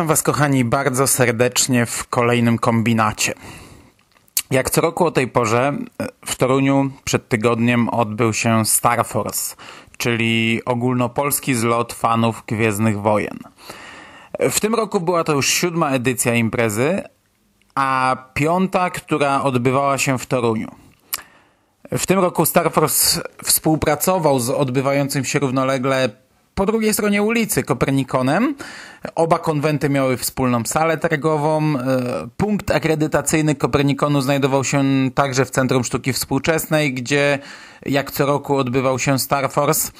Was, kochani, bardzo serdecznie w kolejnym kombinacie. Jak co roku o tej porze w Toruniu przed tygodniem odbył się Star Force, czyli ogólnopolski zlot fanów Gwiezdnych Wojen. W tym roku była to już 7. edycja imprezy, a 5., która odbywała się w Toruniu. W tym roku Star Force współpracował z odbywającym się równolegle po drugiej stronie ulicy Kopernikonem. Oba konwenty miały wspólną salę targową. Punkt akredytacyjny Kopernikonu znajdował się także w Centrum Sztuki Współczesnej, gdzie jak co roku odbywał się Star Force.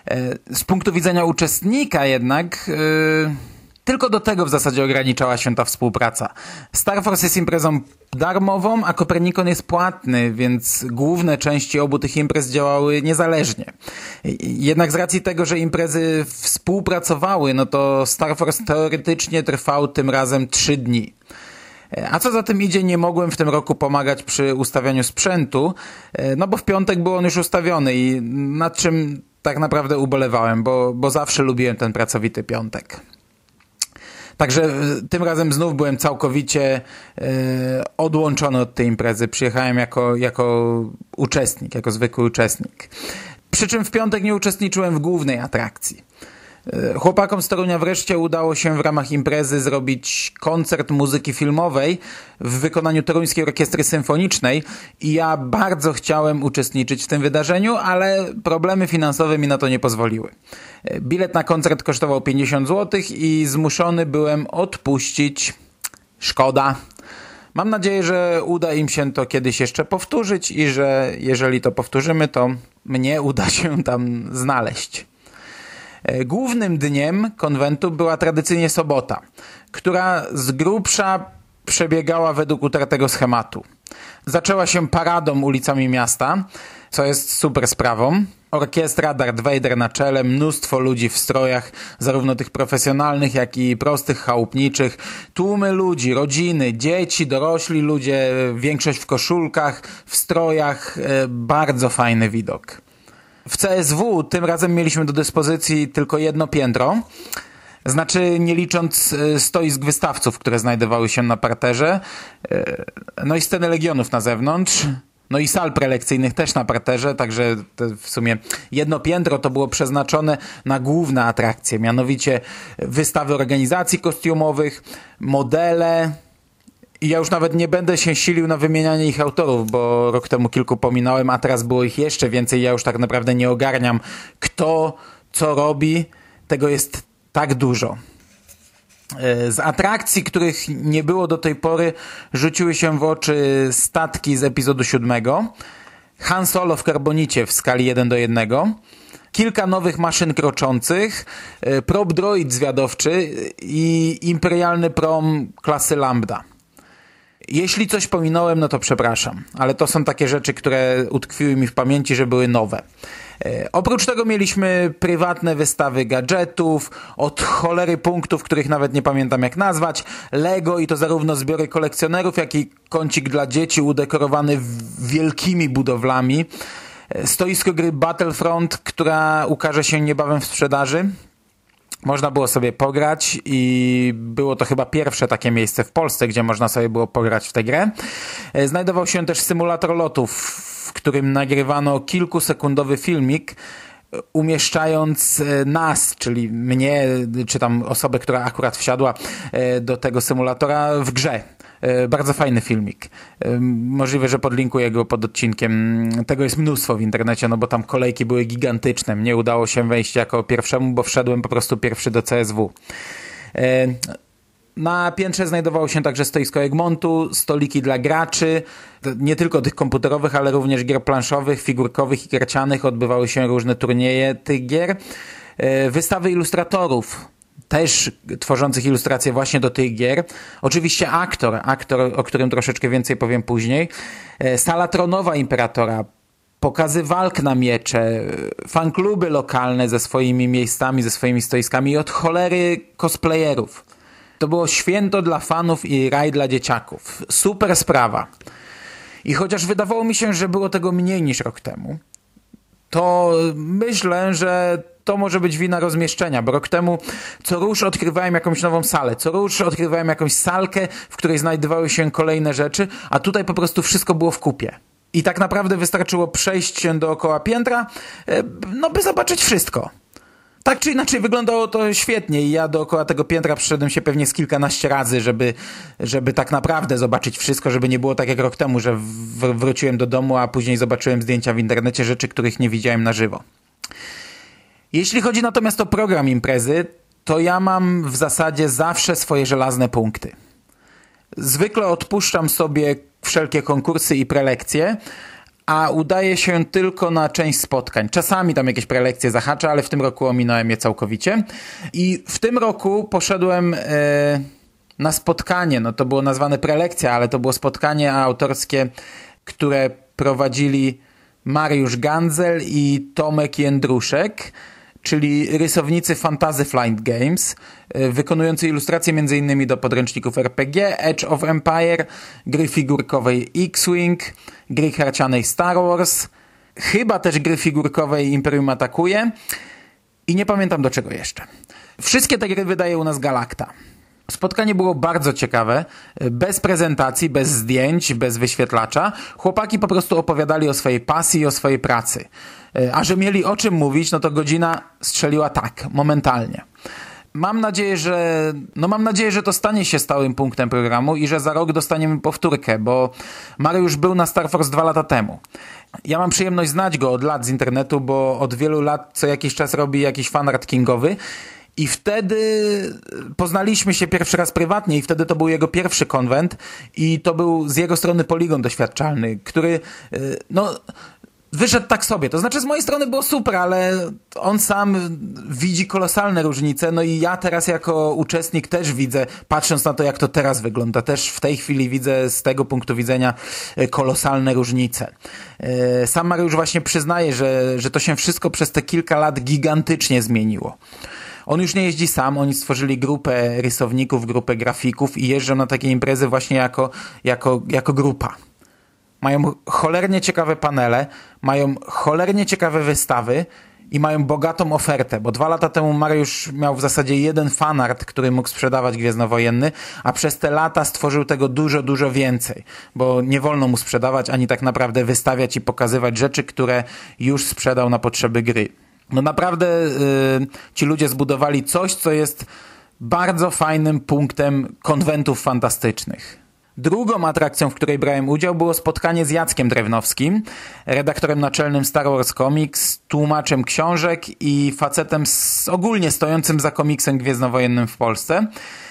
Z punktu widzenia uczestnika jednak tylko do tego w zasadzie ograniczała się ta współpraca. Star Force jest imprezą darmową, a Kopernikon jest płatny, więc główne części obu tych imprez działały niezależnie. Jednak z racji tego, że imprezy współpracowały, no to Star Force teoretycznie trwał tym razem 3 dni. A co za tym idzie, nie mogłem w tym roku pomagać przy ustawianiu sprzętu, no bo w piątek był on już ustawiony i nad czym tak naprawdę ubolewałem, bo zawsze lubiłem ten pracowity piątek. Także tym razem znów byłem całkowicie odłączony od tej imprezy. Przyjechałem jako uczestnik, jako zwykły uczestnik. Przy czym w piątek nie uczestniczyłem w głównej atrakcji. Chłopakom z Torunia wreszcie udało się w ramach imprezy zrobić koncert muzyki filmowej w wykonaniu Toruńskiej Orkiestry Symfonicznej i ja bardzo chciałem uczestniczyć w tym wydarzeniu, ale problemy finansowe mi na to nie pozwoliły. Bilet na koncert kosztował 50 zł i zmuszony byłem odpuścić. Szkoda. Mam nadzieję, że uda im się to kiedyś jeszcze powtórzyć i że jeżeli to powtórzymy, to mnie uda się tam znaleźć. Głównym dniem konwentu była tradycyjnie sobota, która z grubsza przebiegała według utartego schematu. Zaczęła się paradą ulicami miasta, co jest super sprawą. Orkiestra, Darth Vader na czele, mnóstwo ludzi w strojach, zarówno tych profesjonalnych, jak i prostych, chałupniczych. Tłumy ludzi, rodziny, dzieci, dorośli ludzie, większość w koszulkach, w strojach. Bardzo fajny widok. W CSW tym razem mieliśmy do dyspozycji tylko jedno piętro, znaczy nie licząc stoisk wystawców, które znajdowały się na parterze, no i sceny Legionów na zewnątrz, no i sal prelekcyjnych też na parterze, także w sumie jedno piętro to było przeznaczone na główne atrakcje, mianowicie wystawy organizacji kostiumowych, modele. I ja już nawet nie będę się silił na wymienianie ich autorów, bo rok temu kilku pominąłem, a teraz było ich jeszcze więcej. Ja już tak naprawdę nie ogarniam, kto co robi. Tego jest tak dużo. Z atrakcji, których nie było do tej pory, rzuciły się w oczy statki z epizodu 7, Han Solo w karbonicie w skali 1:1, kilka nowych maszyn kroczących, prop droid zwiadowczy i imperialny prom klasy Lambda. Jeśli coś pominąłem, no to przepraszam, ale to są takie rzeczy, które utkwiły mi w pamięci, że były nowe. Oprócz tego mieliśmy prywatne wystawy gadżetów, od cholery punktów, których nawet nie pamiętam jak nazwać, Lego i to zarówno zbiory kolekcjonerów, jak i kącik dla dzieci udekorowany wielkimi budowlami. Stoisko gry Battlefront, która ukaże się niebawem w sprzedaży. Można było sobie pograć i było to chyba pierwsze takie miejsce w Polsce, gdzie można sobie było pograć w tę grę. Znajdował się też symulator lotów, w którym nagrywano kilkusekundowy filmik, umieszczając nas, czyli mnie, czy tam osobę, która akurat wsiadła do tego symulatora w grze. Bardzo fajny filmik. Możliwe, że podlinkuję go pod odcinkiem. Tego jest mnóstwo w internecie, no bo tam kolejki były gigantyczne. Mnie udało się wejść jako pierwszemu, bo wszedłem po prostu pierwszy do CSW. Na piętrze znajdowało się także stoisko Egmontu, stoliki dla graczy, nie tylko tych komputerowych, ale również gier planszowych, figurkowych i karcianych. Odbywały się różne turnieje tych gier. Wystawy ilustratorów, też tworzących ilustracje właśnie do tych gier. Oczywiście aktor, o którym troszeczkę więcej powiem później. Sala tronowa Imperatora, pokazy walk na miecze, fankluby lokalne ze swoimi miejscami, ze swoimi stoiskami i od cholery cosplayerów. To było święto dla fanów i raj dla dzieciaków. Super sprawa. I chociaż wydawało mi się, że było tego mniej niż rok temu, to myślę, że to może być wina rozmieszczenia, bo rok temu co rusz odkrywałem jakąś nową salę, co rusz odkrywałem jakąś salkę, w której znajdowały się kolejne rzeczy, a tutaj po prostu wszystko było w kupie. I tak naprawdę wystarczyło przejść się dookoła piętra, by zobaczyć wszystko. Tak czy inaczej wyglądało to świetnie i ja dookoła tego piętra przeszedłem się pewnie z kilkanaście razy, żeby tak naprawdę zobaczyć wszystko, żeby nie było tak jak rok temu, że wróciłem do domu, a później zobaczyłem zdjęcia w internecie, rzeczy, których nie widziałem na żywo. Jeśli chodzi natomiast o program imprezy, to ja mam w zasadzie zawsze swoje żelazne punkty. Zwykle odpuszczam sobie wszelkie konkursy i prelekcje, a udaje się tylko na część spotkań. Czasami tam jakieś prelekcje zahaczę, ale w tym roku ominąłem je całkowicie. I w tym roku poszedłem na spotkanie, to było nazwane prelekcja, ale to było spotkanie autorskie, które prowadzili Mariusz Gandzel i Tomek Jędruszek, czyli rysownicy Fantasy Flight Games, wykonujący ilustracje m.in. do podręczników RPG, Age of Empire, gry figurkowej X-Wing, gry harcianej Star Wars, chyba też gry figurkowej Imperium Atakuje i nie pamiętam do czego jeszcze. Wszystkie te gry wydaje u nas Galacta. Spotkanie było bardzo ciekawe, bez prezentacji, bez zdjęć, bez wyświetlacza. Chłopaki po prostu opowiadali o swojej pasji i o swojej pracy. A że mieli o czym mówić, to godzina strzeliła tak, momentalnie. Mam nadzieję, że to stanie się stałym punktem programu i że za rok dostaniemy powtórkę, bo Mariusz był na Star Force 2 lata temu. Ja mam przyjemność znać go od lat z internetu, bo od wielu lat co jakiś czas robi jakiś fanart kingowy. I wtedy poznaliśmy się pierwszy raz prywatnie i wtedy to był jego pierwszy konwent i to był z jego strony poligon doświadczalny, który wyszedł tak sobie. To znaczy z mojej strony było super, ale on sam widzi kolosalne różnice, i ja teraz jako uczestnik też widzę, patrząc na to jak to teraz wygląda, też w tej chwili widzę z tego punktu widzenia kolosalne różnice. Sam Mariusz właśnie przyznaje, że to się wszystko przez te kilka lat gigantycznie zmieniło. On już nie jeździ sam, oni stworzyli grupę rysowników, grupę grafików i jeżdżą na takie imprezy właśnie jako grupa. Mają cholernie ciekawe panele, mają cholernie ciekawe wystawy i mają bogatą ofertę, bo 2 lata temu Mariusz miał w zasadzie jeden fanart, który mógł sprzedawać gwiezdnowojenny, a przez te lata stworzył tego dużo, dużo więcej, bo nie wolno mu sprzedawać ani tak naprawdę wystawiać i pokazywać rzeczy, które już sprzedał na potrzeby gry. Naprawdę ci ludzie zbudowali coś, co jest bardzo fajnym punktem konwentów fantastycznych. Drugą atrakcją, w której brałem udział, było spotkanie z Jackiem Drewnowskim, redaktorem naczelnym Star Wars Comics, tłumaczem książek i facetem ogólnie stojącym za komiksem gwiezdnowojennym w Polsce.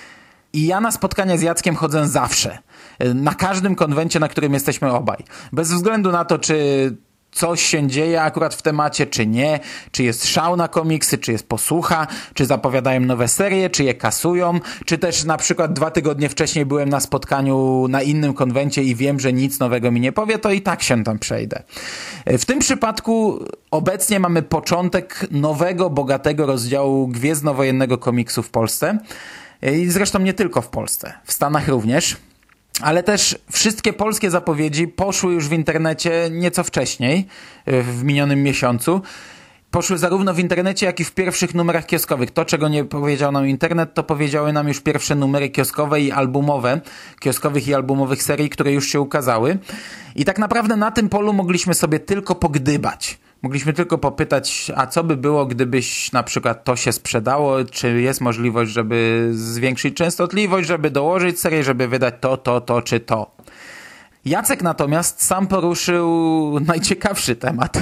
I ja na spotkania z Jackiem chodzę zawsze. Na każdym konwencie, na którym jesteśmy obaj. Bez względu na to, czy coś się dzieje akurat w temacie, czy nie, czy jest szał na komiksy, czy jest posłucha, czy zapowiadają nowe serie, czy je kasują, czy też na przykład 2 tygodnie wcześniej byłem na spotkaniu na innym konwencie i wiem, że nic nowego mi nie powie, to i tak się tam przejdę. W tym przypadku obecnie mamy początek nowego, bogatego rozdziału gwiezdnowojennego komiksu w Polsce i zresztą nie tylko w Polsce, w Stanach również. Ale też wszystkie polskie zapowiedzi poszły już w internecie nieco wcześniej, w minionym miesiącu. Poszły zarówno w internecie, jak i w pierwszych numerach kioskowych. To, czego nie powiedział nam internet, to powiedziały nam już pierwsze numery kioskowe i albumowe, kioskowych i albumowych serii, które już się ukazały. I tak naprawdę na tym polu mogliśmy sobie tylko pogdybać. Mogliśmy tylko popytać, a co by było, gdybyś na przykład to się sprzedało, czy jest możliwość, żeby zwiększyć częstotliwość, żeby dołożyć serię, żeby wydać to czy to. Jacek natomiast sam poruszył najciekawszy temat,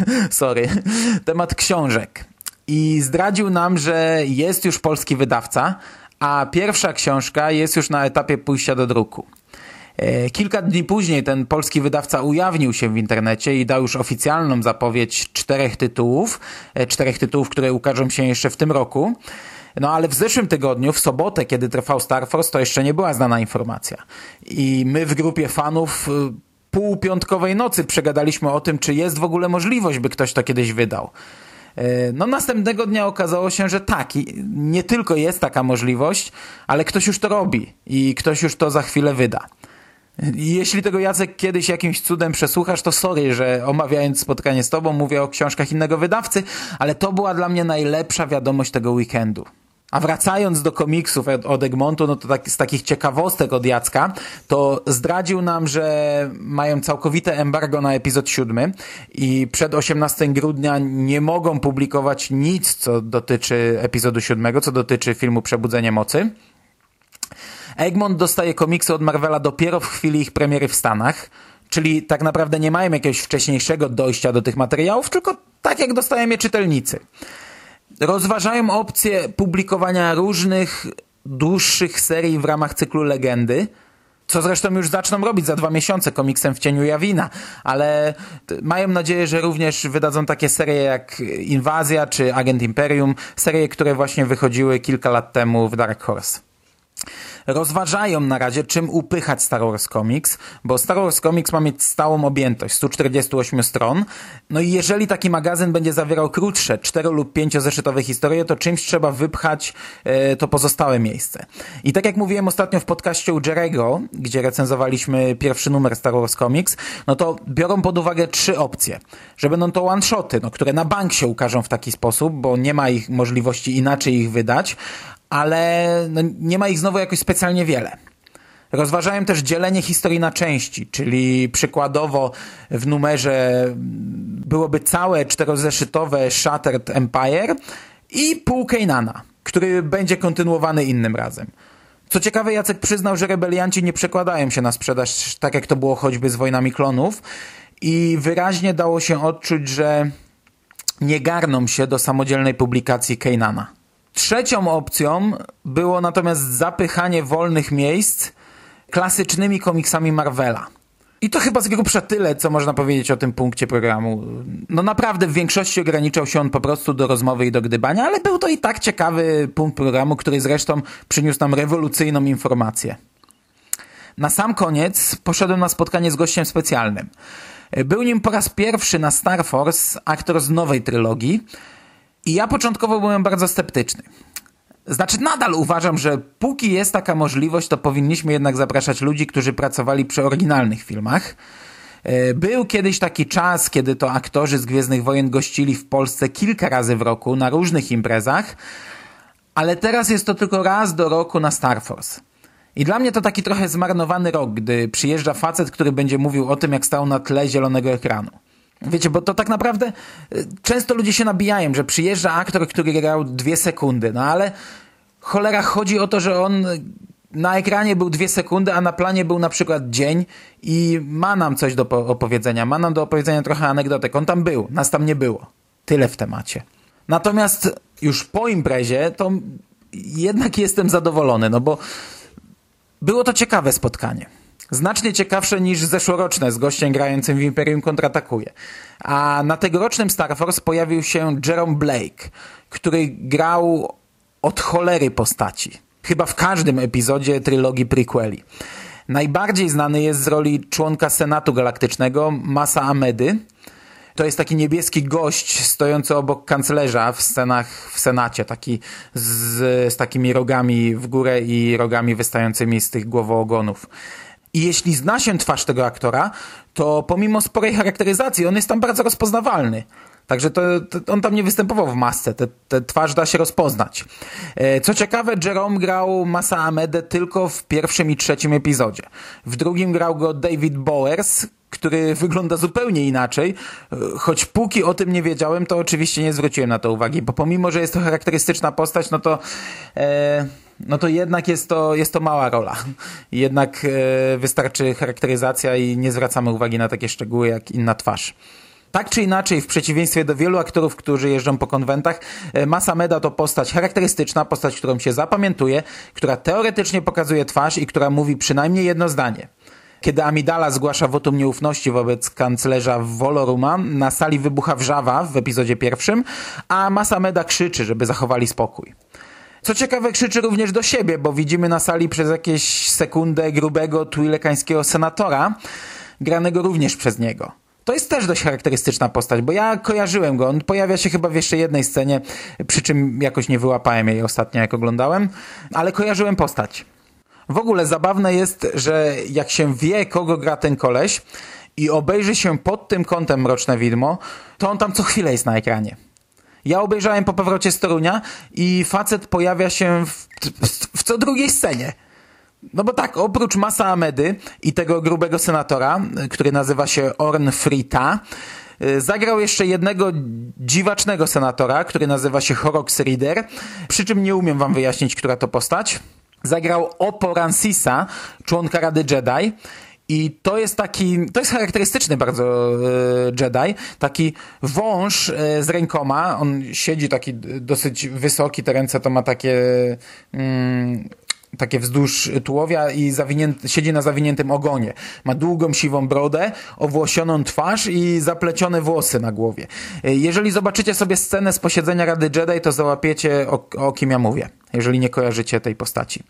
temat książek. I zdradził nam, że jest już polski wydawca, a pierwsza książka jest już na etapie pójścia do druku. Kilka dni później ten polski wydawca ujawnił się w internecie i dał już oficjalną zapowiedź 4 tytułów, które ukażą się jeszcze w tym roku. Ale w zeszłym tygodniu, w sobotę, kiedy trwał Star Force, to jeszcze nie była znana informacja. I my w grupie fanów półpiątkowej nocy przegadaliśmy o tym, czy jest w ogóle możliwość, by ktoś to kiedyś wydał. Następnego dnia okazało się, że tak, nie tylko jest taka możliwość, ale ktoś już to robi i ktoś już to za chwilę wyda. Jeśli tego, Jacek, kiedyś jakimś cudem przesłuchasz, to sorry, że omawiając spotkanie z tobą mówię o książkach innego wydawcy, ale to była dla mnie najlepsza wiadomość tego weekendu. A wracając do komiksów od Egmontu, no to z takich ciekawostek od Jacka, to zdradził nam, że mają całkowite embargo na epizod 7 i przed 18 grudnia nie mogą publikować nic, co dotyczy epizodu 7, co dotyczy filmu Przebudzenie Mocy. Egmont dostaje komiksy od Marvela dopiero w chwili ich premiery w Stanach, czyli tak naprawdę nie mają jakiegoś wcześniejszego dojścia do tych materiałów, tylko tak jak dostają je czytelnicy. Rozważają opcję publikowania różnych dłuższych serii w ramach cyklu Legendy, co zresztą już zaczną robić za 2 miesiące komiksem W cieniu Jawina, ale mają nadzieję, że również wydadzą takie serie jak Inwazja czy Agent Imperium, serie, które właśnie wychodziły kilka lat temu w Dark Horse. Rozważają na razie, czym upychać Star Wars Comics, bo Star Wars Comics ma mieć stałą objętość 148 stron, no i jeżeli taki magazyn będzie zawierał krótsze 4 lub 5-zeszytowe historie, to czymś trzeba wypchać to pozostałe miejsce. I tak jak mówiłem ostatnio w podcaście u Jerego, gdzie recenzowaliśmy pierwszy numer Star Wars Comics, no to biorą pod uwagę 3 opcje. Że będą to one-shoty, no, które na bank się ukażą w taki sposób, bo nie ma ich możliwości inaczej ich wydać, ale no, nie ma ich znowu jakoś specjalnie wiele. Rozważają też dzielenie historii na części, czyli przykładowo w numerze byłoby całe 4-zeszytowe Shattered Empire i pół Kanana, który będzie kontynuowany innym razem. Co ciekawe, Jacek przyznał, że rebelianci nie przekładają się na sprzedaż, tak jak to było choćby z Wojnami Klonów, i wyraźnie dało się odczuć, że nie garną się do samodzielnej publikacji Kanana. Trzecią opcją było natomiast zapychanie wolnych miejsc klasycznymi komiksami Marvela. I to chyba z grubsza tyle, co można powiedzieć o tym punkcie programu. No naprawdę w większości ograniczał się on po prostu do rozmowy i do gdybania, ale był to i tak ciekawy punkt programu, który zresztą przyniósł nam rewolucyjną informację. Na sam koniec poszedłem na spotkanie z gościem specjalnym. Był nim po raz pierwszy na Star Force aktor z nowej trylogii, i ja początkowo byłem bardzo sceptyczny. Znaczy nadal uważam, że póki jest taka możliwość, to powinniśmy jednak zapraszać ludzi, którzy pracowali przy oryginalnych filmach. Był kiedyś taki czas, kiedy to aktorzy z Gwiezdnych Wojen gościli w Polsce kilka razy w roku na różnych imprezach, ale teraz jest to tylko raz do roku na Star Force. I dla mnie to taki trochę zmarnowany rok, gdy przyjeżdża facet, który będzie mówił o tym, jak stał na tle zielonego ekranu. Wiecie, bo to tak naprawdę często ludzie się nabijają, że przyjeżdża aktor, który grał 2 sekundy, no ale cholera, chodzi o to, że on na ekranie był 2 sekundy, a na planie był na przykład dzień i ma nam coś do opowiedzenia, ma nam do opowiedzenia trochę anegdotek. On tam był, nas tam nie było. Tyle w temacie. Natomiast już po imprezie to jednak jestem zadowolony, no bo było to ciekawe spotkanie. Znacznie ciekawsze niż zeszłoroczne z gościem grającym w Imperium kontratakuje. A na tegorocznym Star Force pojawił się Jerome Blake, który grał od cholery postaci. Chyba w każdym epizodzie trylogii prequeli. Najbardziej znany jest z roli członka Senatu Galaktycznego, Masa Amedy. To jest taki niebieski gość stojący obok kanclerza w scenach w Senacie, taki z takimi rogami w górę i rogami wystającymi z tych głowoogonów. I jeśli zna się twarz tego aktora, to pomimo sporej charakteryzacji on jest tam bardzo rozpoznawalny. Także on tam nie występował w masce, tę twarz da się rozpoznać. Co ciekawe, Jerome grał Masa Amedę tylko w 1. i 3. epizodzie. W 2. grał go David Bowers, który wygląda zupełnie inaczej, choć póki o tym nie wiedziałem, to oczywiście nie zwróciłem na to uwagi, bo pomimo, że jest to charakterystyczna postać, no to jednak jest to mała rola. Jednak wystarczy charakteryzacja i nie zwracamy uwagi na takie szczegóły jak inna twarz. Tak czy inaczej, w przeciwieństwie do wielu aktorów, którzy jeżdżą po konwentach, Mas Ameda to postać charakterystyczna, postać, którą się zapamiętuje, która teoretycznie pokazuje twarz i która mówi przynajmniej jedno zdanie. Kiedy Amidala zgłasza wotum nieufności wobec kanclerza Voloruma, na sali wybucha wrzawa w epizodzie 1, a Mas Ameda krzyczy, żeby zachowali spokój. Co ciekawe, krzyczy również do siebie, bo widzimy na sali przez jakieś sekundę grubego twi'lekańskiego senatora, granego również przez niego. To jest też dość charakterystyczna postać, bo ja kojarzyłem go. On pojawia się chyba w jeszcze jednej scenie, przy czym jakoś nie wyłapałem jej ostatnio, jak oglądałem, ale kojarzyłem postać. W ogóle zabawne jest, że jak się wie, kogo gra ten koleś i obejrzy się pod tym kątem Mroczne Widmo, to on tam co chwilę jest na ekranie. Ja obejrzałem po powrocie z Torunia i facet pojawia się w co drugiej scenie. No bo tak, oprócz Masa Amedy i tego grubego senatora, który nazywa się Orn Frita, zagrał jeszcze jednego dziwacznego senatora, który nazywa się Horrocks Reader, przy czym nie umiem wam wyjaśnić, która to postać. Zagrał Oppo Rancisa, członka Rady Jedi. I to jest charakterystyczny bardzo Jedi, taki wąż z rękoma, on siedzi taki dosyć wysoki, te ręce to ma takie wzdłuż tułowia i siedzi na zawiniętym ogonie. Ma długą, siwą brodę, owłosioną twarz i zaplecione włosy na głowie. Jeżeli zobaczycie sobie scenę z posiedzenia Rady Jedi, to załapiecie o kim ja mówię, jeżeli nie kojarzycie tej postaci.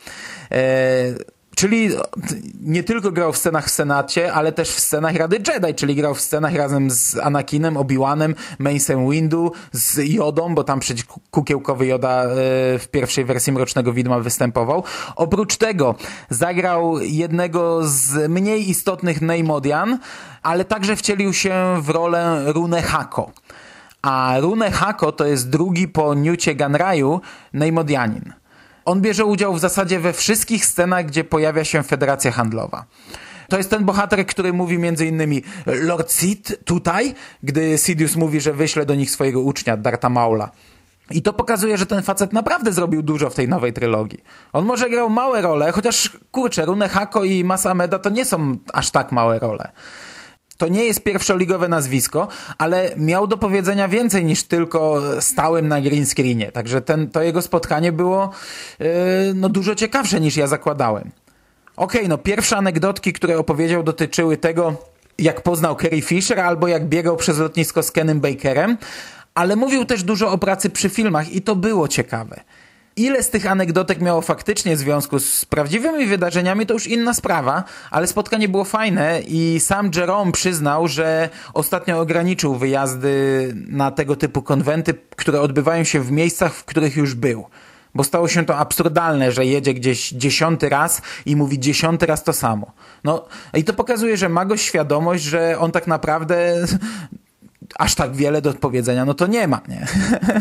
Czyli nie tylko grał w scenach w Senacie, ale też w scenach Rady Jedi, czyli grał w scenach razem z Anakinem, Obi-Wanem, Mace'em Windu, z Jodą, bo tam przecież kukiełkowy Joda w pierwszej wersji Mrocznego Widma występował. Oprócz tego zagrał jednego z mniej istotnych Neimoidian, ale także wcielił się w rolę Rune Hako. A Rune Hako to jest drugi po Newcie Gunraju Neimoidianin. On bierze udział w zasadzie we wszystkich scenach, gdzie pojawia się Federacja Handlowa. To jest ten bohater, który mówi między innymi Lord Sith tutaj, gdy Sidious mówi, że wyśle do nich swojego ucznia, Dartha Maula. I to pokazuje, że ten facet naprawdę zrobił dużo w tej nowej trylogii. On może grał małe role, chociaż kurczę, Rune Hako i Masa Ameda to nie są aż tak małe role. To nie jest pierwszoligowe nazwisko, ale miał do powiedzenia więcej niż tylko stałem na green screenie. Także to jego spotkanie było dużo ciekawsze niż ja zakładałem. Pierwsze anegdotki, które opowiedział, dotyczyły tego, jak poznał Carrie Fisher albo jak biegał przez lotnisko z Kenem Bakerem, ale mówił też dużo o pracy przy filmach i to było ciekawe. Ile z tych anegdotek miało faktycznie związku z prawdziwymi wydarzeniami, to już inna sprawa, ale spotkanie było fajne i sam Jerome przyznał, że ostatnio ograniczył wyjazdy na tego typu konwenty, które odbywają się w miejscach, w których już był. Bo stało się to absurdalne, że jedzie gdzieś 10. raz i mówi 10. raz to samo. No i to pokazuje, że ma go świadomość, że on tak naprawdę aż tak wiele do powiedzenia, no to nie ma, nie?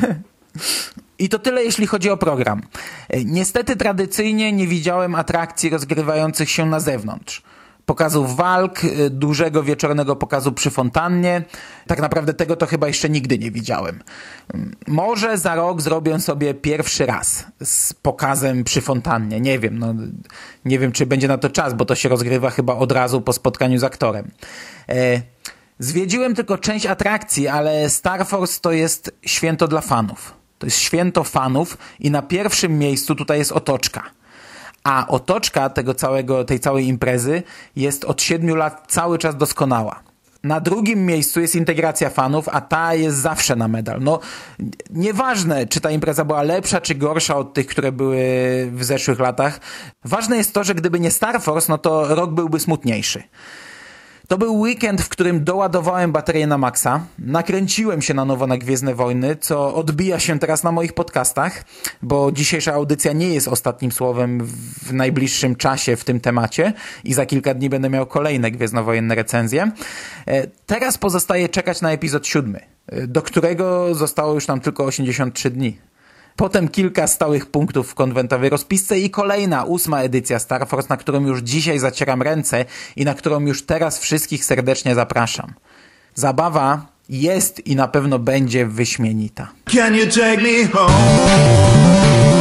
I to tyle, jeśli chodzi o program. Niestety tradycyjnie nie widziałem atrakcji rozgrywających się na zewnątrz. Pokazów walk, dużego wieczornego pokazu przy fontannie. Tak naprawdę tego to chyba jeszcze nigdy nie widziałem. Może za rok zrobię sobie pierwszy raz z pokazem przy fontannie. Nie wiem, czy będzie na to czas, bo to się rozgrywa chyba od razu po spotkaniu z aktorem. Zwiedziłem tylko część atrakcji, ale Star Force to jest święto dla fanów. To jest święto fanów i na pierwszym miejscu tutaj jest otoczka. A otoczka tej całej imprezy jest od 7 lat cały czas doskonała. Na drugim miejscu jest integracja fanów, a ta jest zawsze na medal. Nieważne, czy ta impreza była lepsza, czy gorsza od tych, które były w zeszłych latach. Ważne jest to, że gdyby nie Star Force, to rok byłby smutniejszy. To był weekend, w którym doładowałem baterię na maksa, nakręciłem się na nowo na Gwiezdne Wojny, co odbija się teraz na moich podcastach, bo dzisiejsza audycja nie jest ostatnim słowem w najbliższym czasie w tym temacie i za kilka dni będę miał kolejne gwiezdnowojenne recenzje. Teraz pozostaje czekać na epizod 7, do którego zostało już nam tylko 83 dni. Potem kilka stałych punktów w konwentowej rozpisce i kolejna 8. edycja Star Force, na którą już dzisiaj zacieram ręce i na którą już teraz wszystkich serdecznie zapraszam. Zabawa jest i na pewno będzie wyśmienita. Can you take me home?